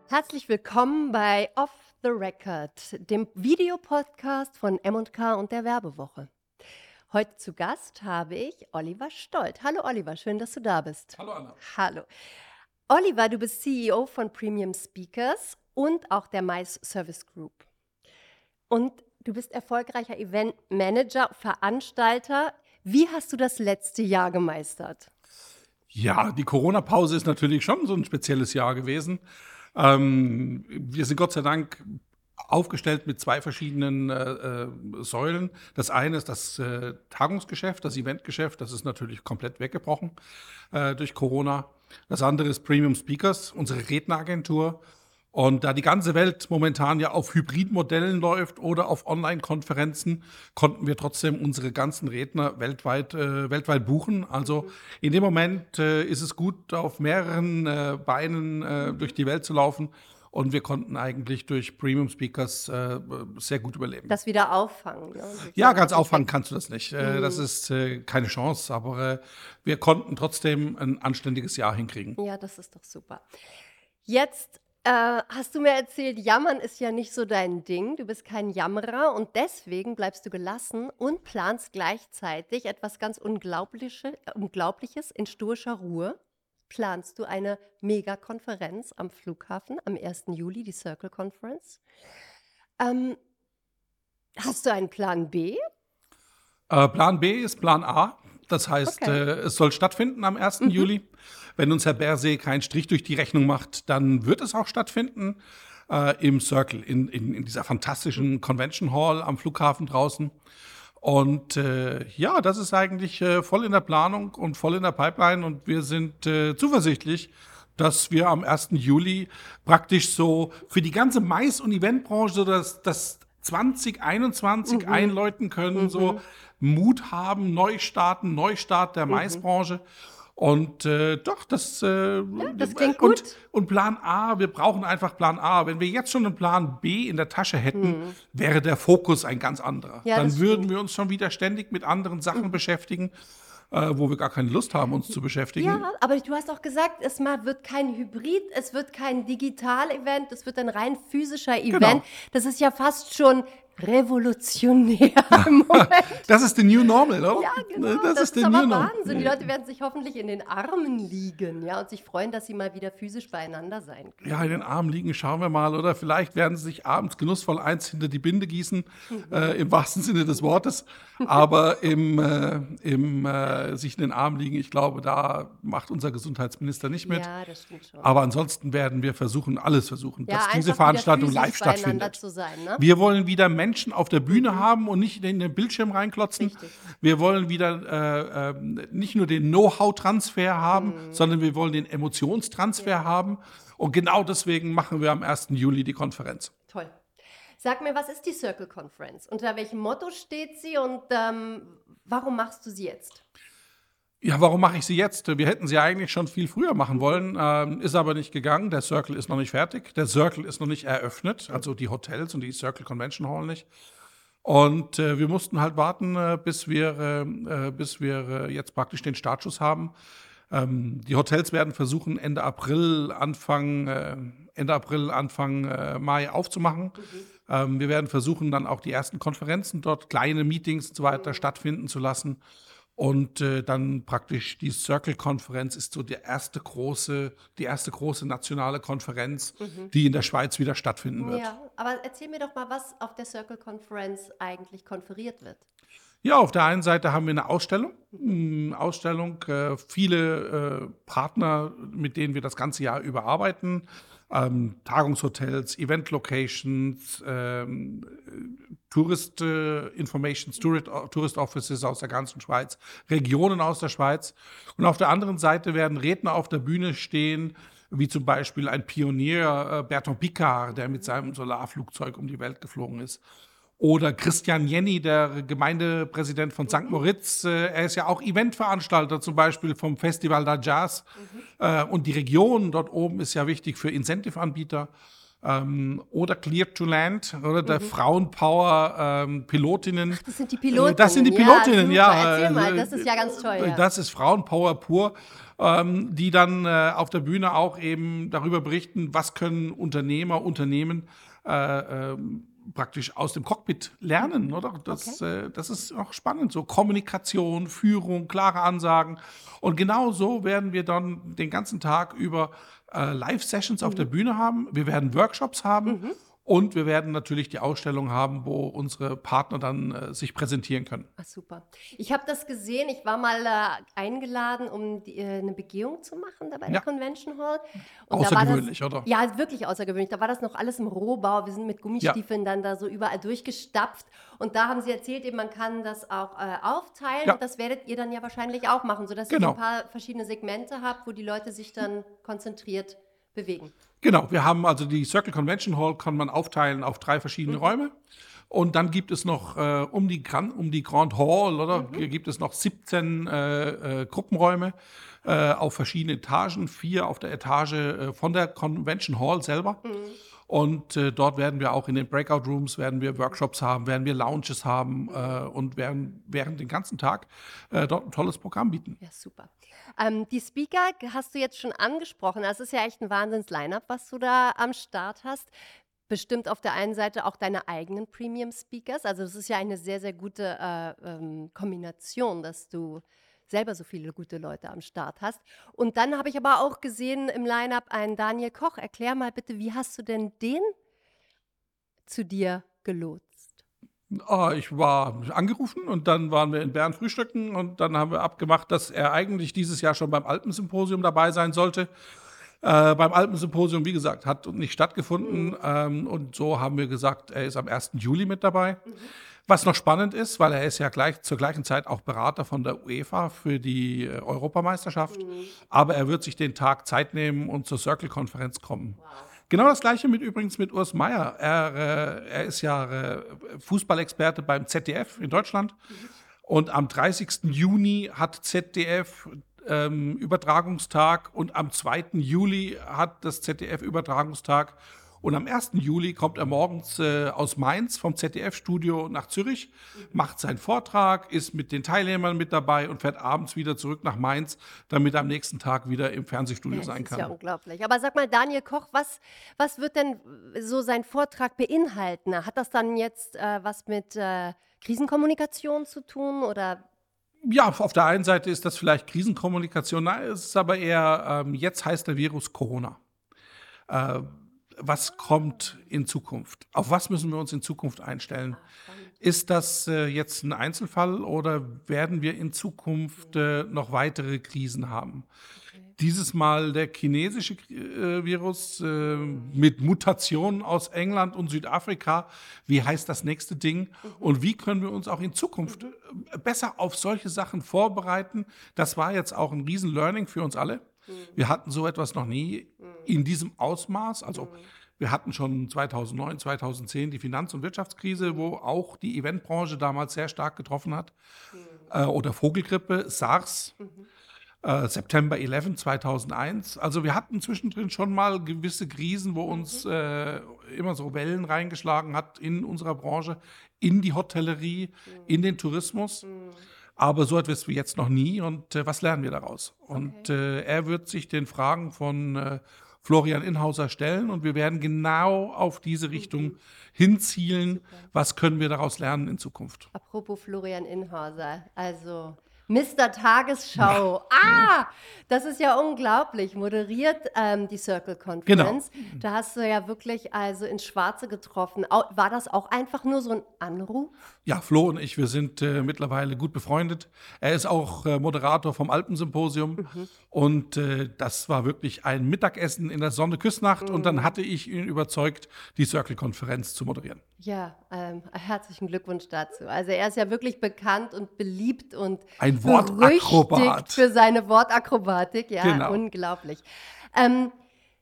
Herzlich willkommen bei Off the Record, dem Videopodcast von M&K und der Werbewoche. Heute zu Gast habe ich Oliver Stolt. Hallo Oliver, schön, dass du da bist. Hallo Anna. Hallo. Oliver, du bist CEO von Premium Speakers und auch der MICE Service Group. Und du bist erfolgreicher Eventmanager, Veranstalter. Wie hast du das letzte Jahr gemeistert? Ja, die Corona-Pause ist natürlich schon so ein spezielles Jahr gewesen. Wir sind Gott sei Dank aufgestellt mit zwei verschiedenen Säulen. Das eine ist das Tagungsgeschäft, das Eventgeschäft. Das ist natürlich komplett weggebrochen durch Corona. Das andere ist Premium Speakers, unsere Redneragentur. Und da die ganze Welt momentan ja auf Hybridmodellen läuft oder auf Online-Konferenzen, konnten wir trotzdem unsere ganzen Redner weltweit buchen. Also in dem Moment ist es gut, auf mehreren Beinen durch die Welt zu laufen. Und wir konnten eigentlich durch Premium Speakers sehr gut überleben. Das wieder auffangen. Ne? Ja, ganz auffangen kannst du das nicht. Das ist keine Chance. Aber wir konnten trotzdem ein anständiges Jahr hinkriegen. Ja, das ist doch super. Jetzt hast du mir erzählt, Jammern ist ja nicht so dein Ding. Du bist kein Jammerer und deswegen bleibst du gelassen und planst gleichzeitig etwas ganz Unglaubliches in stoischer Ruhe. Planst du eine Megakonferenz am Flughafen am 1. Juli, die Circle Conference? Hast du einen Plan B? Plan B ist Plan A. Das heißt, Okay. es soll stattfinden am 1. Juli. Wenn uns Herr Bersee keinen Strich durch die Rechnung macht, dann wird es auch stattfinden im Circle, in dieser fantastischen Convention Hall am Flughafen draußen. Und ja, das ist eigentlich voll in der Planung und voll in der Pipeline. Und wir sind zuversichtlich, dass wir am 1. Juli praktisch so für die ganze Mais- und Eventbranche so das 2021 einläuten können, so Mut haben, Neustart der Maisbranche. Und doch, das klingt gut. Und Plan A, wir brauchen einfach Plan A. Wenn wir jetzt schon einen Plan B in der Tasche hätten, wäre der Fokus ein ganz anderer. Ja, Dann das würden stimmt. wir uns schon wieder ständig mit anderen Sachen beschäftigen, wo wir gar keine Lust haben, uns zu beschäftigen. Ja, aber du hast auch gesagt, wird kein Hybrid, es wird kein Digital-Event, es wird ein rein physischer Event. Genau. Das ist ja fast schon revolutionär im Moment. Das ist the new normal, oder? Ja, genau. Das ist the aber new normal. Wahnsinn. Die Leute werden sich hoffentlich in den Armen liegen, ja, und sich freuen, dass sie mal wieder physisch beieinander sein können. Ja, in den Armen liegen, schauen wir mal. Oder vielleicht werden sie sich abends genussvoll eins hinter die Binde gießen, im wahrsten Sinne des Wortes. Aber sich in den Armen liegen, ich glaube, da macht unser Gesundheitsminister nicht mit. Ja, das stimmt schon. Aber ansonsten werden wir alles versuchen, Ja, dass diese einfach Veranstaltung wieder live physisch beieinander stattfindet. zu sein, ne? Wir wollen wieder Menschen auf der Bühne haben und nicht in den Bildschirm reinklotzen. Richtig. Wir wollen wieder nicht nur den Know-how-Transfer haben, sondern wir wollen den Emotionstransfer haben. Und genau deswegen machen wir am 1. Juli die Konferenz. Toll. Sag mir, was ist die Circle Conference? Unter welchem Motto steht sie und warum machst du sie jetzt? Ja, warum mache ich sie jetzt? Wir hätten sie eigentlich schon viel früher machen wollen, ist aber nicht gegangen. Der Circle ist noch nicht fertig. Der Circle ist noch nicht eröffnet, also die Hotels und die Circle Convention Hall nicht. Und wir mussten halt warten, bis wir jetzt praktisch den Startschuss haben. Die Hotels werden versuchen, Ende April, Anfang Mai aufzumachen. Wir werden versuchen, dann auch die ersten Konferenzen dort, kleine Meetings und so weiter stattfinden zu lassen. Und dann praktisch die Circle-Konferenz ist so die erste große nationale Konferenz, die in der Schweiz wieder stattfinden wird. Ja, aber erzähl mir doch mal, was auf der Circle Conference eigentlich konferiert wird. Ja, auf der einen Seite haben wir eine Ausstellung. Viele Partner, mit denen wir das ganze Jahr über arbeiten. Tagungshotels, Event-Locations, Tourist Informations, Tourist Offices aus der ganzen Schweiz, Regionen aus der Schweiz. Und auf der anderen Seite werden Redner auf der Bühne stehen, wie zum Beispiel ein Pionier, Bertrand Piccard, der mit seinem Solarflugzeug um die Welt geflogen ist. Oder Christian Jenny, der Gemeindepräsident von St. Moritz. Er ist ja auch Eventveranstalter, zum Beispiel vom Festival da Jazz. Und die Region dort oben ist ja wichtig für Incentive-Anbieter. Oder Clear to Land, oder der Frauenpower Pilotinnen. Das sind die Pilotinnen. Das sind die Pilotinnen, ja. ja. Erzähl mal, das ist ja ganz toll. Ja. Das ist Frauenpower pur. die dann auf der Bühne auch eben darüber berichten, was können Unternehmer, Unternehmen praktisch aus dem Cockpit lernen, oder? Okay. Das ist auch spannend, so Kommunikation, Führung, klare Ansagen. Und genau so werden wir dann den ganzen Tag über Live-Sessions auf der Mhm. Bühne haben. Wir werden Workshops haben Mhm. und wir werden natürlich die Ausstellung haben, wo unsere Partner dann sich präsentieren können. Ah, super. Ich habe das gesehen. Ich war mal eingeladen, um 'ne Begehung zu machen da bei der Ja, Convention Hall. Und da war das außergewöhnlich, oder? ja, wirklich außergewöhnlich. Da war das noch alles im Rohbau. Wir sind mit Ja, Gummistiefeln dann da so überall durchgestapft. Und da haben sie erzählt, eben, man kann das auch aufteilen. ja, Und das werdet ihr dann ja wahrscheinlich auch machen, sodass ihr so ein genau. paar verschiedene Segmente habt, wo die Leute sich dann konzentriert bewegen. Genau, wir haben also die Circle Convention Hall kann man aufteilen auf 3 verschiedene Mhm. Räume. Und dann gibt es noch um die Grand Hall, oder? Mhm. Gibt es noch 17 Gruppenräume auf verschiedenen Etagen, 4 auf der Etage von der Convention Hall selber. Mhm. Und dort werden wir auch in den Breakout Rooms werden wir Workshops haben, werden wir Lounges haben und werden während den ganzen Tag dort ein tolles Programm bieten. Ja, super. Die Speaker hast du jetzt schon angesprochen. Das ist ja echt ein Wahnsinns-Line-up, was du da am Start hast. Bestimmt auf der einen Seite auch deine eigenen Premium-Speakers. Also das ist ja eine sehr, sehr gute Kombination, dass du selber so viele gute Leute am Start hast. Und dann habe ich aber auch gesehen im Line-up einen Daniel Koch. Erklär mal bitte, wie hast du denn den zu dir gelotst? Ich war angerufen und dann waren wir in Bern frühstücken und dann haben wir abgemacht, dass er eigentlich dieses Jahr schon beim Alpensymposium dabei sein sollte. Beim Alpensymposium, wie gesagt, hat nicht stattgefunden Mhm. und so haben wir gesagt, er ist am 1. Juli mit dabei. Mhm. Was noch spannend ist, weil er ist ja gleich zur gleichen Zeit auch Berater von der UEFA für die Europameisterschaft, Mhm. aber er wird sich den Tag Zeit nehmen und zur Circle-Konferenz kommen. Wow. Genau das Gleiche übrigens mit Urs Meier. Er ist ja Fußballexperte beim ZDF in Deutschland Mhm. und am 30. Juni hat ZDF Übertragungstag und am 2. Juli hat das ZDF Übertragungstag. Und am 1. Juli kommt er morgens aus Mainz vom ZDF-Studio nach Zürich, macht seinen Vortrag, ist mit den Teilnehmern mit dabei und fährt abends wieder zurück nach Mainz, damit er am nächsten Tag wieder im Fernsehstudio Ja, das sein ist ja kann. unglaublich. Aber sag mal, Daniel Koch, was wird denn so sein Vortrag beinhalten? Hat das dann jetzt was mit Krisenkommunikation zu tun oder? Ja, auf der einen Seite ist das vielleicht Krisenkommunikation, nein, es ist aber eher, jetzt heißt der Virus Corona. Äh, Was kommt in Zukunft? Auf was müssen wir uns in Zukunft einstellen? Ah, spannend. Ist das jetzt ein Einzelfall oder werden wir in Zukunft noch weitere Krisen haben? Okay. Dieses Mal der chinesische Virus Mhm. mit Mutationen aus England und Südafrika. Wie heißt das nächste Ding? Mhm. Und wie können wir uns auch in Zukunft Mhm. besser auf solche Sachen vorbereiten? Das war jetzt auch ein Riesen-Learning für uns alle. Mhm. Wir hatten so etwas noch nie Mhm. in diesem Ausmaß. Also Mhm. wir hatten schon 2009, 2010 die Finanz- und Wirtschaftskrise, wo auch die Eventbranche damals sehr stark getroffen hat. Mhm. Oder Vogelgrippe, SARS, Mhm. September 11 2001. Also wir hatten zwischendrin schon mal gewisse Krisen, wo uns Mhm. immer so Wellen reingeschlagen hat in unserer Branche, in die Hotellerie, in Mhm. den Tourismus. Mhm. Aber so etwas wie jetzt noch nie. Und was lernen wir daraus? Und Okay. er wird sich den Fragen von Florian Inhauser stellen und wir werden genau auf diese Richtung Mhm. hinzielen. Super. Was können wir daraus lernen in Zukunft? Apropos Florian Inhauser, also Mister Ja, Tagesschau. Ah, das ist ja unglaublich. Moderiert die Circle genau. Conference. Da hast du ja wirklich also ins Schwarze getroffen. War das auch einfach nur so ein Anruf? Ja, Flo und ich, wir sind mittlerweile gut befreundet. Er ist auch Moderator vom Alpensymposium Mhm. und das war wirklich ein Mittagessen in der Sonne-Küssnacht und dann Mm. hatte ich ihn überzeugt, die Circle-Konferenz zu moderieren. Ja, herzlichen Glückwunsch dazu. Also er ist ja wirklich bekannt und beliebt und Ein berüchtigt Wortakrobat. für seine Wortakrobatik. Ja, Genau. unglaublich. Ähm,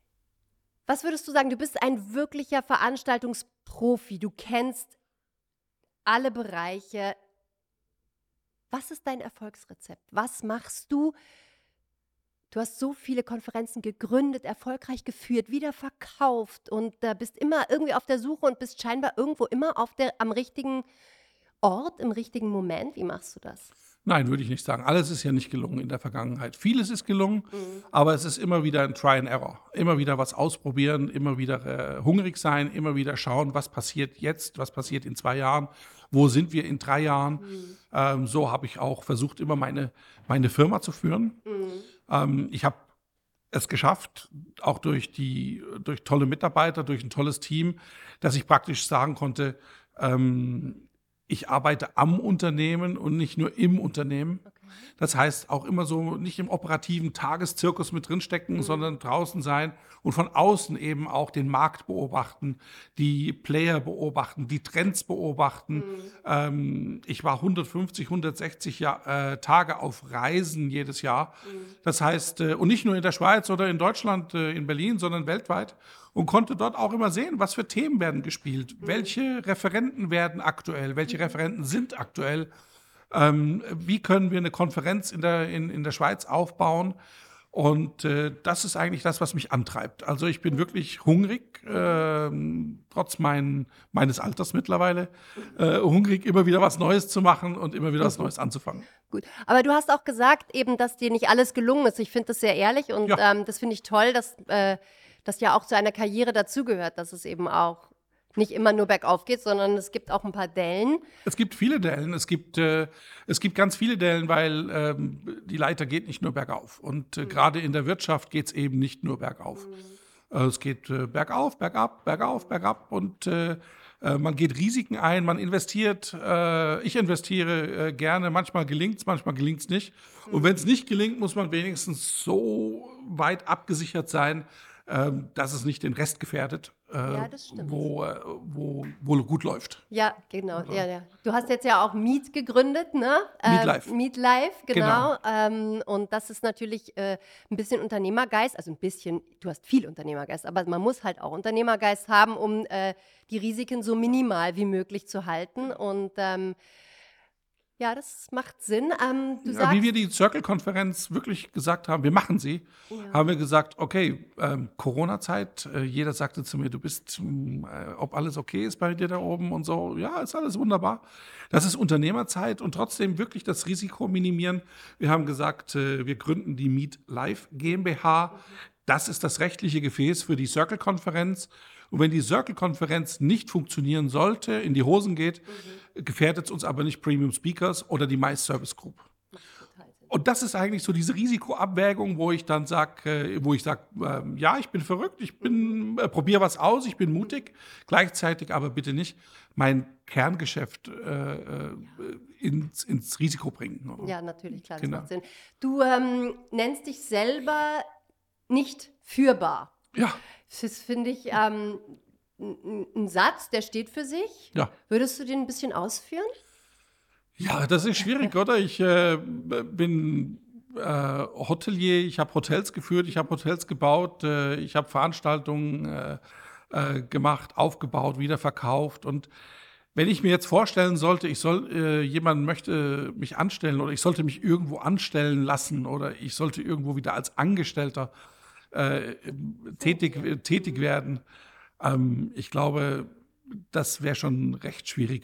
Was würdest du sagen? Du bist ein wirklicher Veranstaltungsprofi. Du kennst alle Bereiche. Was ist dein Erfolgsrezept? Was machst du? Du hast so viele Konferenzen gegründet, erfolgreich geführt, wieder verkauft und bist immer irgendwie auf der Suche und bist scheinbar irgendwo immer am richtigen Ort, im richtigen Moment. Wie machst du das? Nein, würde ich nicht sagen. Alles ist ja nicht gelungen in der Vergangenheit. Vieles ist gelungen, Mhm. aber es ist immer wieder ein Try and Error. Immer wieder was ausprobieren, immer wieder hungrig sein, immer wieder schauen, was passiert jetzt, was passiert in 2 Jahren, wo sind wir in 3 Jahren. Mhm. So habe ich auch versucht, immer meine Firma zu führen. Mhm. Ich habe es geschafft, auch durch tolle Mitarbeiter, durch ein tolles Team, dass ich praktisch sagen konnte, ich arbeite am Unternehmen und nicht nur im Unternehmen. Okay. Das heißt, auch immer so nicht im operativen Tageszirkus mit drinstecken, Mhm. sondern draußen sein und von außen eben auch den Markt beobachten, die Player beobachten, die Trends beobachten. Mhm. Ich war 150, 160 Tage auf Reisen jedes Jahr. Mhm. Das heißt, und nicht nur in der Schweiz oder in Deutschland, in Berlin, sondern weltweit. Und konnte dort auch immer sehen, was für Themen werden gespielt, Mhm. welche Referenten werden aktuell, welche Mhm. Referenten sind aktuell. Wie können wir eine Konferenz in der Schweiz aufbauen? Und das ist eigentlich das, was mich antreibt. Also ich bin Ja. wirklich hungrig, Mhm. trotz meines Alters mittlerweile, hungrig, immer wieder was Neues zu machen und immer wieder was Mhm. Neues anzufangen. Gut. Aber du hast auch gesagt eben, dass dir nicht alles gelungen ist. Ich finde das sehr ehrlich und, Ja, das finde ich toll, dass, das ja auch zu einer Karriere dazugehört, dass es eben auch nicht immer nur bergauf geht, sondern es gibt auch ein paar Dellen. es gibt viele Dellen. Es gibt ganz viele Dellen, weil die Leiter geht nicht nur bergauf. Und Mhm. gerade in der Wirtschaft geht es eben nicht nur bergauf. Mhm. Es geht bergauf, bergab, bergauf, bergab und man geht Risiken ein, man investiert. Ich investiere gerne, manchmal gelingt es nicht. Und wenn Mhm. es nicht gelingt, muss man wenigstens so weit abgesichert sein, dass es nicht den Rest gefährdet, Ja, das stimmt. wo gut läuft. Ja, genau. Ja, Also, ja. Du hast jetzt ja auch Meet gegründet, ne? Meet Life, Meet Life, genau. genau. Und das ist natürlich, 'n bisschen Unternehmergeist, also ein bisschen, du hast viel Unternehmergeist, aber man muss halt auch Unternehmergeist haben, um, die Risiken so minimal wie möglich zu halten. Und, ja, das macht Sinn. Du Ja, wie wir sagst die Circle-Konferenz wirklich gesagt haben, wir machen sie, ja. haben wir gesagt, okay, Corona-Zeit, jeder sagte zu mir, ob alles okay ist bei dir da oben und so. Ja, ist alles wunderbar. Das ist Unternehmerzeit und trotzdem wirklich das Risiko minimieren. Wir haben gesagt, wir gründen die Meet Live GmbH. Mhm. Das ist das rechtliche Gefäß für die Circle-Konferenz. Und wenn die Circle-Konferenz nicht funktionieren sollte, in die Hosen geht, Mhm. gefährdet es uns aber nicht Premium Speakers oder die Mais Service Group. Macht total Sinn. Und das ist eigentlich so diese Risikoabwägung, wo ich sage, ja, ich bin verrückt, Mhm. probiere was aus, ich bin Mhm. mutig, gleichzeitig aber bitte nicht mein Kerngeschäft Ja. ins Risiko bringen. Oder? Ja, natürlich, klar, das Genau. macht Sinn. Du, nennst dich selber nicht führbar. Ja, Das finde ich, 'n Satz, der steht für sich. ja. Würdest du den 'n bisschen ausführen? Ja, das ist schwierig, oder? Ich bin Hotelier, ich habe Hotels geführt, ich habe Hotels gebaut, ich habe Veranstaltungen gemacht, aufgebaut, wieder verkauft. Und wenn ich mir jetzt vorstellen sollte, jemand möchte mich anstellen oder ich sollte mich irgendwo anstellen lassen oder ich sollte irgendwo wieder als Angestellter Fungieren. tätig Mhm. werden, ich glaube, das wäre schon recht schwierig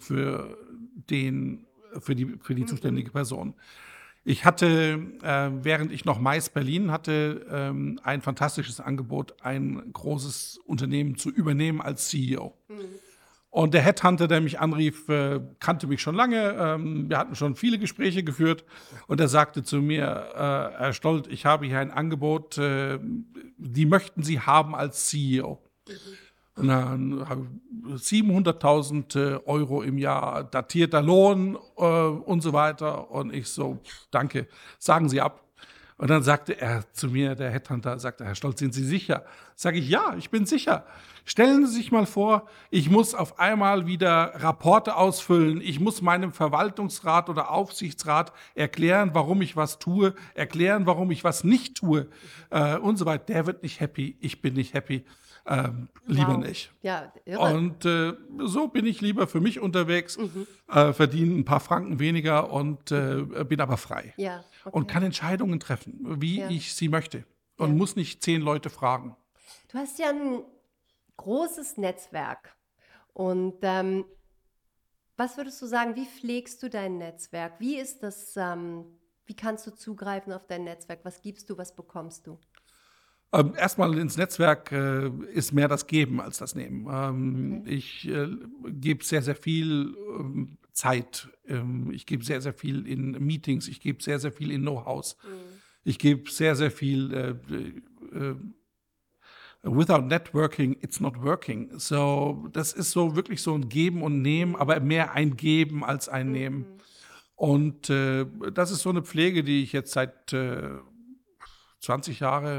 den, für die Mhm. zuständige Person. Ich hatte, während ich noch Mais Berlin hatte, ein fantastisches Angebot, ein großes Unternehmen zu übernehmen als CEO. Mhm. Und der Headhunter, der mich anrief, kannte mich schon lange. Wir hatten schon viele Gespräche geführt. Und er sagte zu mir, Herr Stolt, ich habe hier ein Angebot, die möchten Sie haben als CEO. Mhm. Und dann habe ich 700.000 Euro im Jahr, datierter Lohn und so weiter. Und ich so, danke, sagen Sie ab. Und dann sagte er zu mir, der Headhunter, sagte, Herr Stolz, sind Sie sicher? Sage ich, ja, ich bin sicher. Stellen Sie sich mal vor, ich muss auf einmal wieder Rapporte ausfüllen. Ich muss meinem Verwaltungsrat oder Aufsichtsrat erklären, warum ich was tue, erklären, warum ich was nicht tue Mhm. und so weiter. Der wird nicht happy, ich bin nicht happy. Lieber Wow. nicht. Ja, irre. Und so bin ich lieber für mich unterwegs, Mhm. verdiene ein paar Franken weniger und Mhm. bin aber frei Ja, und okay. kann Entscheidungen treffen, wie Ja, ich sie möchte und ja. muss nicht 10 Leute fragen. Du hast ja 'n großes Netzwerk und, Was würdest du sagen, wie pflegst du dein Netzwerk? Wie ist das, wie kannst du zugreifen auf dein Netzwerk? Was gibst du, was bekommst du? Erstmal ins Netzwerk ist mehr das Geben als das Nehmen. Okay. Ich gebe sehr, sehr viel Zeit. Ich gebe sehr, sehr viel in Meetings. Ich gebe sehr, sehr viel in Know-hows. Mhm. Ich gebe sehr, sehr viel. Without networking, it's not working. So, das ist so wirklich so ein Geben und Nehmen, aber mehr ein Geben als ein Nehmen. Mhm. Und das ist so eine Pflege, die ich jetzt seit 20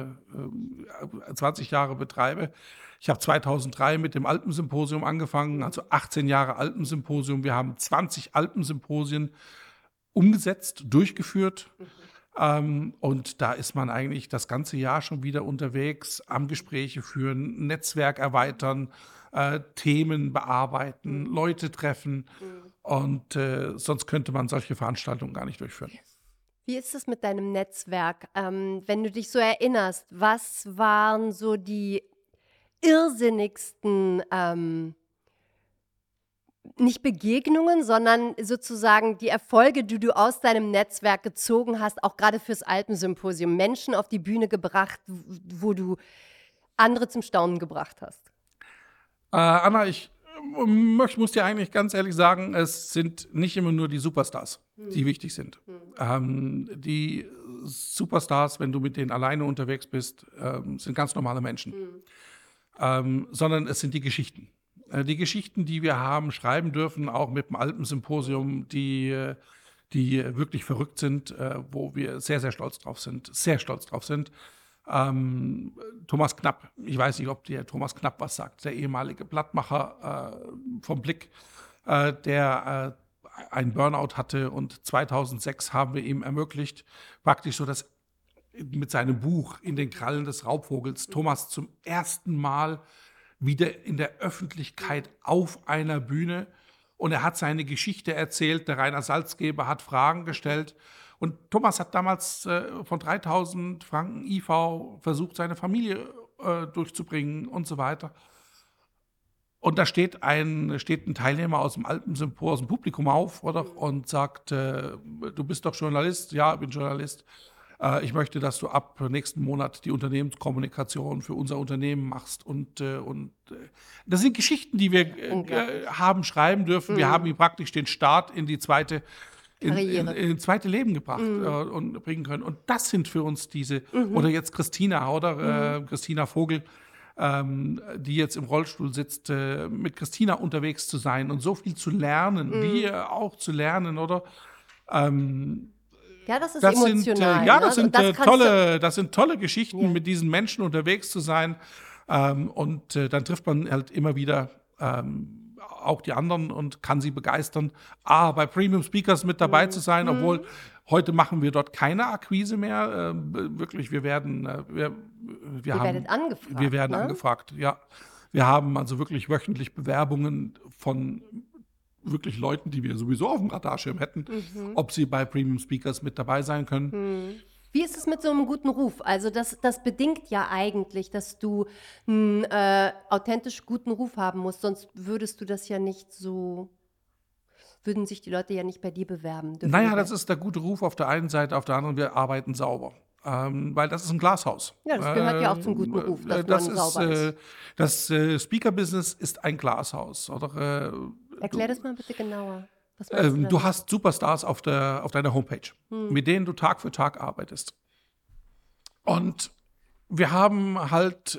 Jahre betreibe. Ich habe 2003 mit dem Alpensymposium angefangen, also 18 Jahre Alpensymposium. Wir haben 20 Alpensymposien umgesetzt, durchgeführt. Mhm. Und da ist man eigentlich das ganze Jahr schon wieder unterwegs, am Gespräche führen, Netzwerk erweitern, Themen bearbeiten, Mhm. Leute treffen. Mhm. Und sonst könnte man solche Veranstaltungen gar nicht durchführen. Wie ist es mit deinem Netzwerk? Wenn du dich so erinnerst, was waren so die irrsinnigsten, nicht Begegnungen, sondern sozusagen die Erfolge, die du aus deinem Netzwerk gezogen hast, auch gerade fürs Alpensymposium, Menschen auf die Bühne gebracht, wo du andere zum Staunen gebracht hast? Anna, ich muss dir eigentlich ganz ehrlich sagen, es sind nicht immer nur die Superstars, die Mhm. wichtig sind. Mhm. Die Superstars, wenn du mit denen alleine unterwegs bist, sind ganz normale Menschen. Mhm. Sondern es sind die Geschichten. Die Geschichten, die wir haben schreiben dürfen, auch mit dem Alpensymposium, die wirklich verrückt sind, wo wir sehr, sehr stolz drauf sind, sehr stolz drauf sind. Ähm, Thomas Knapp, ich weiß nicht, ob dir Thomas Knapp was sagt, der ehemalige Blattmacher vom Blick, der einen Burnout hatte, und 2006 haben wir ihm ermöglicht, praktisch so das mit seinem Buch In den Krallen des Raubvogels, Thomas zum ersten Mal wieder in der Öffentlichkeit auf einer Bühne, und er hat seine Geschichte erzählt. Der Rainer Salzgeber hat Fragen gestellt, und Thomas hat damals von 3.000 Franken IV versucht, seine Familie durchzubringen und so weiter. Und da steht ein Teilnehmer aus dem Alpensymposium, aus dem Publikum auf, oder, und sagt, du bist doch Journalist? Ja, ich bin Journalist. Ich möchte, dass du ab nächsten Monat die Unternehmenskommunikation für unser Unternehmen machst. Und das sind Geschichten, die wir Unglaublich. haben schreiben dürfen. Wir haben Mhm. ihm praktisch den Start in die zweite Karriere. in zweite Leben gebracht Mhm. und bringen können. Und das sind für uns diese, Mhm. oder jetzt Christina, oder Mhm. Christina Vogel, die jetzt im Rollstuhl sitzt, mit Christina unterwegs zu sein und so viel zu lernen, Mhm. wir auch zu lernen, oder? Ähm, Ja, das ist das sind, emotional, ja, ne? Und das kannst du das sind tolle Geschichten, ja. mit diesen Menschen unterwegs zu sein. Und dann trifft man halt immer wieder auch die anderen und kann sie begeistern, bei Premium Speakers mit dabei zu Mhm. sein, obwohl Mhm. heute machen wir dort keine Akquise mehr. Wirklich, wir werden, Ihr werdet wir angefragt, werden ne? angefragt, ja. Wir haben also wirklich wöchentlich Bewerbungen von wirklich Leuten, die wir sowieso auf dem Radarschirm hätten, Mhm. ob sie bei Premium Speakers mit dabei sein können. Mhm. Wie ist es mit so einem guten Ruf? Also, das bedingt ja eigentlich, dass du 'n, authentisch guten Ruf haben musst, sonst würdest du das ja nicht so würden sich die Leute ja nicht bei dir bewerben, dürfen Naja, das bewerben. ist der gute Ruf auf der einen Seite, auf der anderen, wir arbeiten sauber. Weil das ist ein Glashaus. Ja, das gehört ja auch zum guten Ruf, dass Das man ist, sauber ist. das Speaker-Business ist ein Glashaus. Oder, Erklär das mal bitte genauer. Was meinst du du damit? hast Superstars auf deiner Homepage, Mhm. mit denen du Tag für Tag arbeitest. Und wir haben halt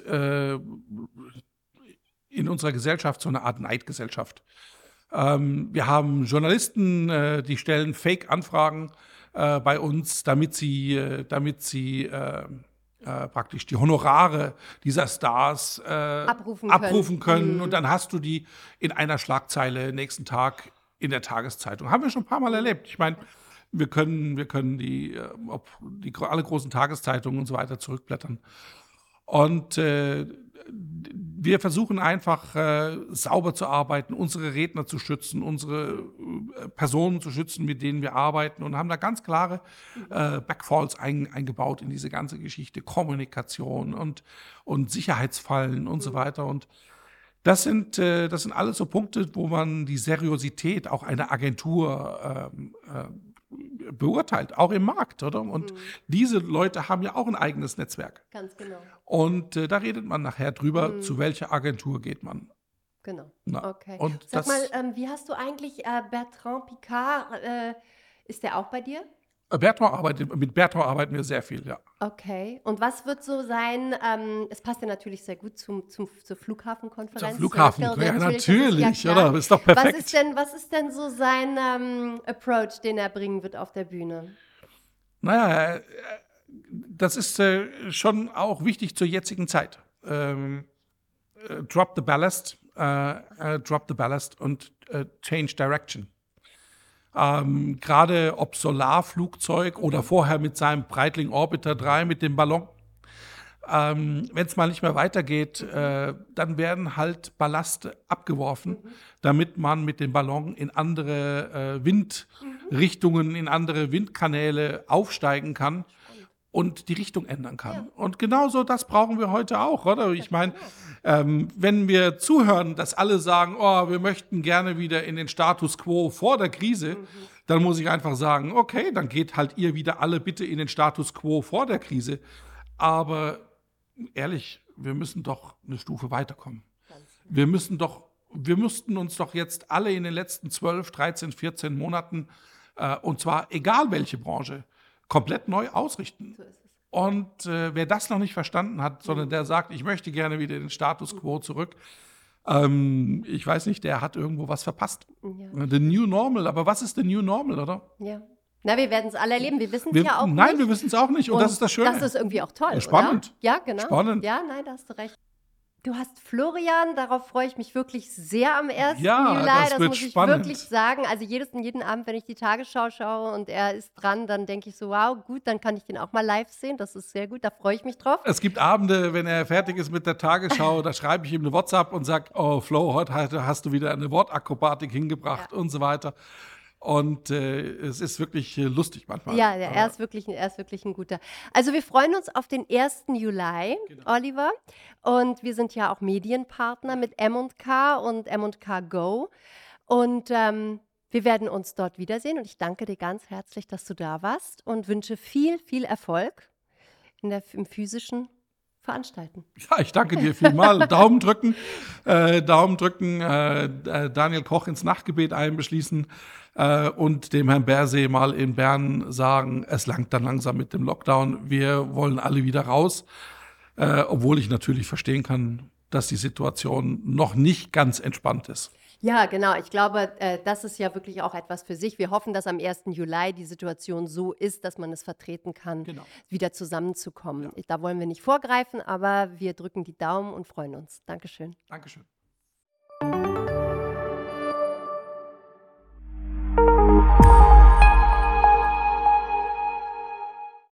in unserer Gesellschaft so eine Art Neidgesellschaft. Wir haben Journalisten, die stellen Fake-Anfragen bei uns, damit sie praktisch die Honorare dieser Stars Abrufen können. abrufen können. Und Mhm. dann hast du die in einer Schlagzeile nächsten Tag in der Tageszeitung. Haben wir schon ein paar Mal Mhm. erlebt. Ich meine, wir können alle großen Tageszeitungen und so weiter zurückblättern. Und wir versuchen einfach sauber zu arbeiten, unsere Redner zu schützen, unsere Personen zu schützen, mit denen wir arbeiten, und haben da ganz klare Backfalls eingebaut in diese ganze Geschichte, Kommunikation und Sicherheitsfallen und so Mhm. weiter. Und Das sind alles so Punkte, wo man die Seriosität auch einer Agentur beurteilt, auch im Markt, oder? Und diese Leute haben ja auch ein eigenes Netzwerk. Ganz genau. Und da redet man nachher drüber, zu welcher Agentur geht man. Genau. Na, Okay. und Sag mal, das wie hast du eigentlich Bertrand Piccard, ist der auch bei dir? Mit Bertrand arbeiten wir sehr viel, ja. Okay. Und was wird so sein, es passt ja natürlich sehr gut zur Zur Flughafenkonferenz, Flughafen, ja, das ist ja natürlich, klar. oder? Ist doch perfekt. Was ist denn so sein Approach, den er bringen wird auf der Bühne? Naja, das ist schon auch wichtig zur jetzigen Zeit. Drop the ballast und change direction. Gerade ob Solarflugzeug oder vorher mit seinem Breitling Orbiter 3 mit dem Ballon. Wenn es mal nicht mehr weitergeht, dann werden halt Ballaste abgeworfen, damit man mit dem Ballon in andere Windrichtungen, in andere Windkanäle aufsteigen kann und die Richtung ändern kann. Ja. Und genauso das brauchen wir heute auch, oder? Ich meine, Genau. wenn wir zuhören, dass alle sagen, oh, wir möchten gerne wieder in den Status quo vor der Krise, dann muss ich einfach sagen, okay, dann geht halt ihr wieder alle bitte in den Status quo vor der Krise. Aber ehrlich, wir müssen doch eine Stufe weiterkommen. Wir mussten uns doch jetzt alle in den letzten 12, 13, 14 Monaten, und zwar egal welche Branche, komplett neu ausrichten. So ist es. Und wer das noch nicht verstanden hat, sondern der sagt, ich möchte gerne wieder in den Status quo zurück, ich weiß nicht, der hat irgendwo was verpasst. Ja. The New Normal, aber was ist the New Normal, oder? Ja. Na, wir werden es alle erleben. Wir wissen es ja auch Nein, nicht. wir wissen es auch nicht und das ist das Schöne. Das ist irgendwie auch toll, Spannend. oder? Ja, genau. Spannend. Ja, nein, da hast du recht. Du hast Florian, darauf freue ich mich wirklich sehr am 1. Ja, Juli. das Das wird muss ich spannend. wirklich sagen. Also jeden Abend, wenn ich die Tagesschau schaue und er ist dran, dann denke ich so, wow, gut, dann kann ich den auch mal live sehen. Das ist sehr gut, da freue ich mich drauf. Es gibt Abende, wenn er fertig ist mit der Tagesschau, da schreibe ich ihm eine WhatsApp und sage, oh Flo, heute hast du wieder eine Wortakrobatik hingebracht und so weiter. Und es ist wirklich lustig manchmal. Ja, er ist wirklich ein guter. Also wir freuen uns auf den 1. Juli, Oliver. Und wir sind ja auch Medienpartner mit M&K und M&K Go. Und wir werden uns dort wiedersehen. Und ich danke dir ganz herzlich, dass du da warst und wünsche viel, viel Erfolg im physischen Veranstalten. Ja, ich danke dir vielmal. Daumen drücken, Daniel Koch ins Nachtgebet einbeschließen und dem Herrn Bersee mal in Bern sagen, es langt dann langsam mit dem Lockdown. Wir wollen alle wieder raus, obwohl ich natürlich verstehen kann, dass die Situation noch nicht ganz entspannt ist. Ja, genau. Ich glaube, das ist ja wirklich auch etwas für sich. Wir hoffen, dass am 1. Juli die Situation so ist, dass man es vertreten kann, wieder zusammenzukommen. Da wollen wir nicht vorgreifen, aber wir drücken die Daumen und freuen uns. Dankeschön. Dankeschön.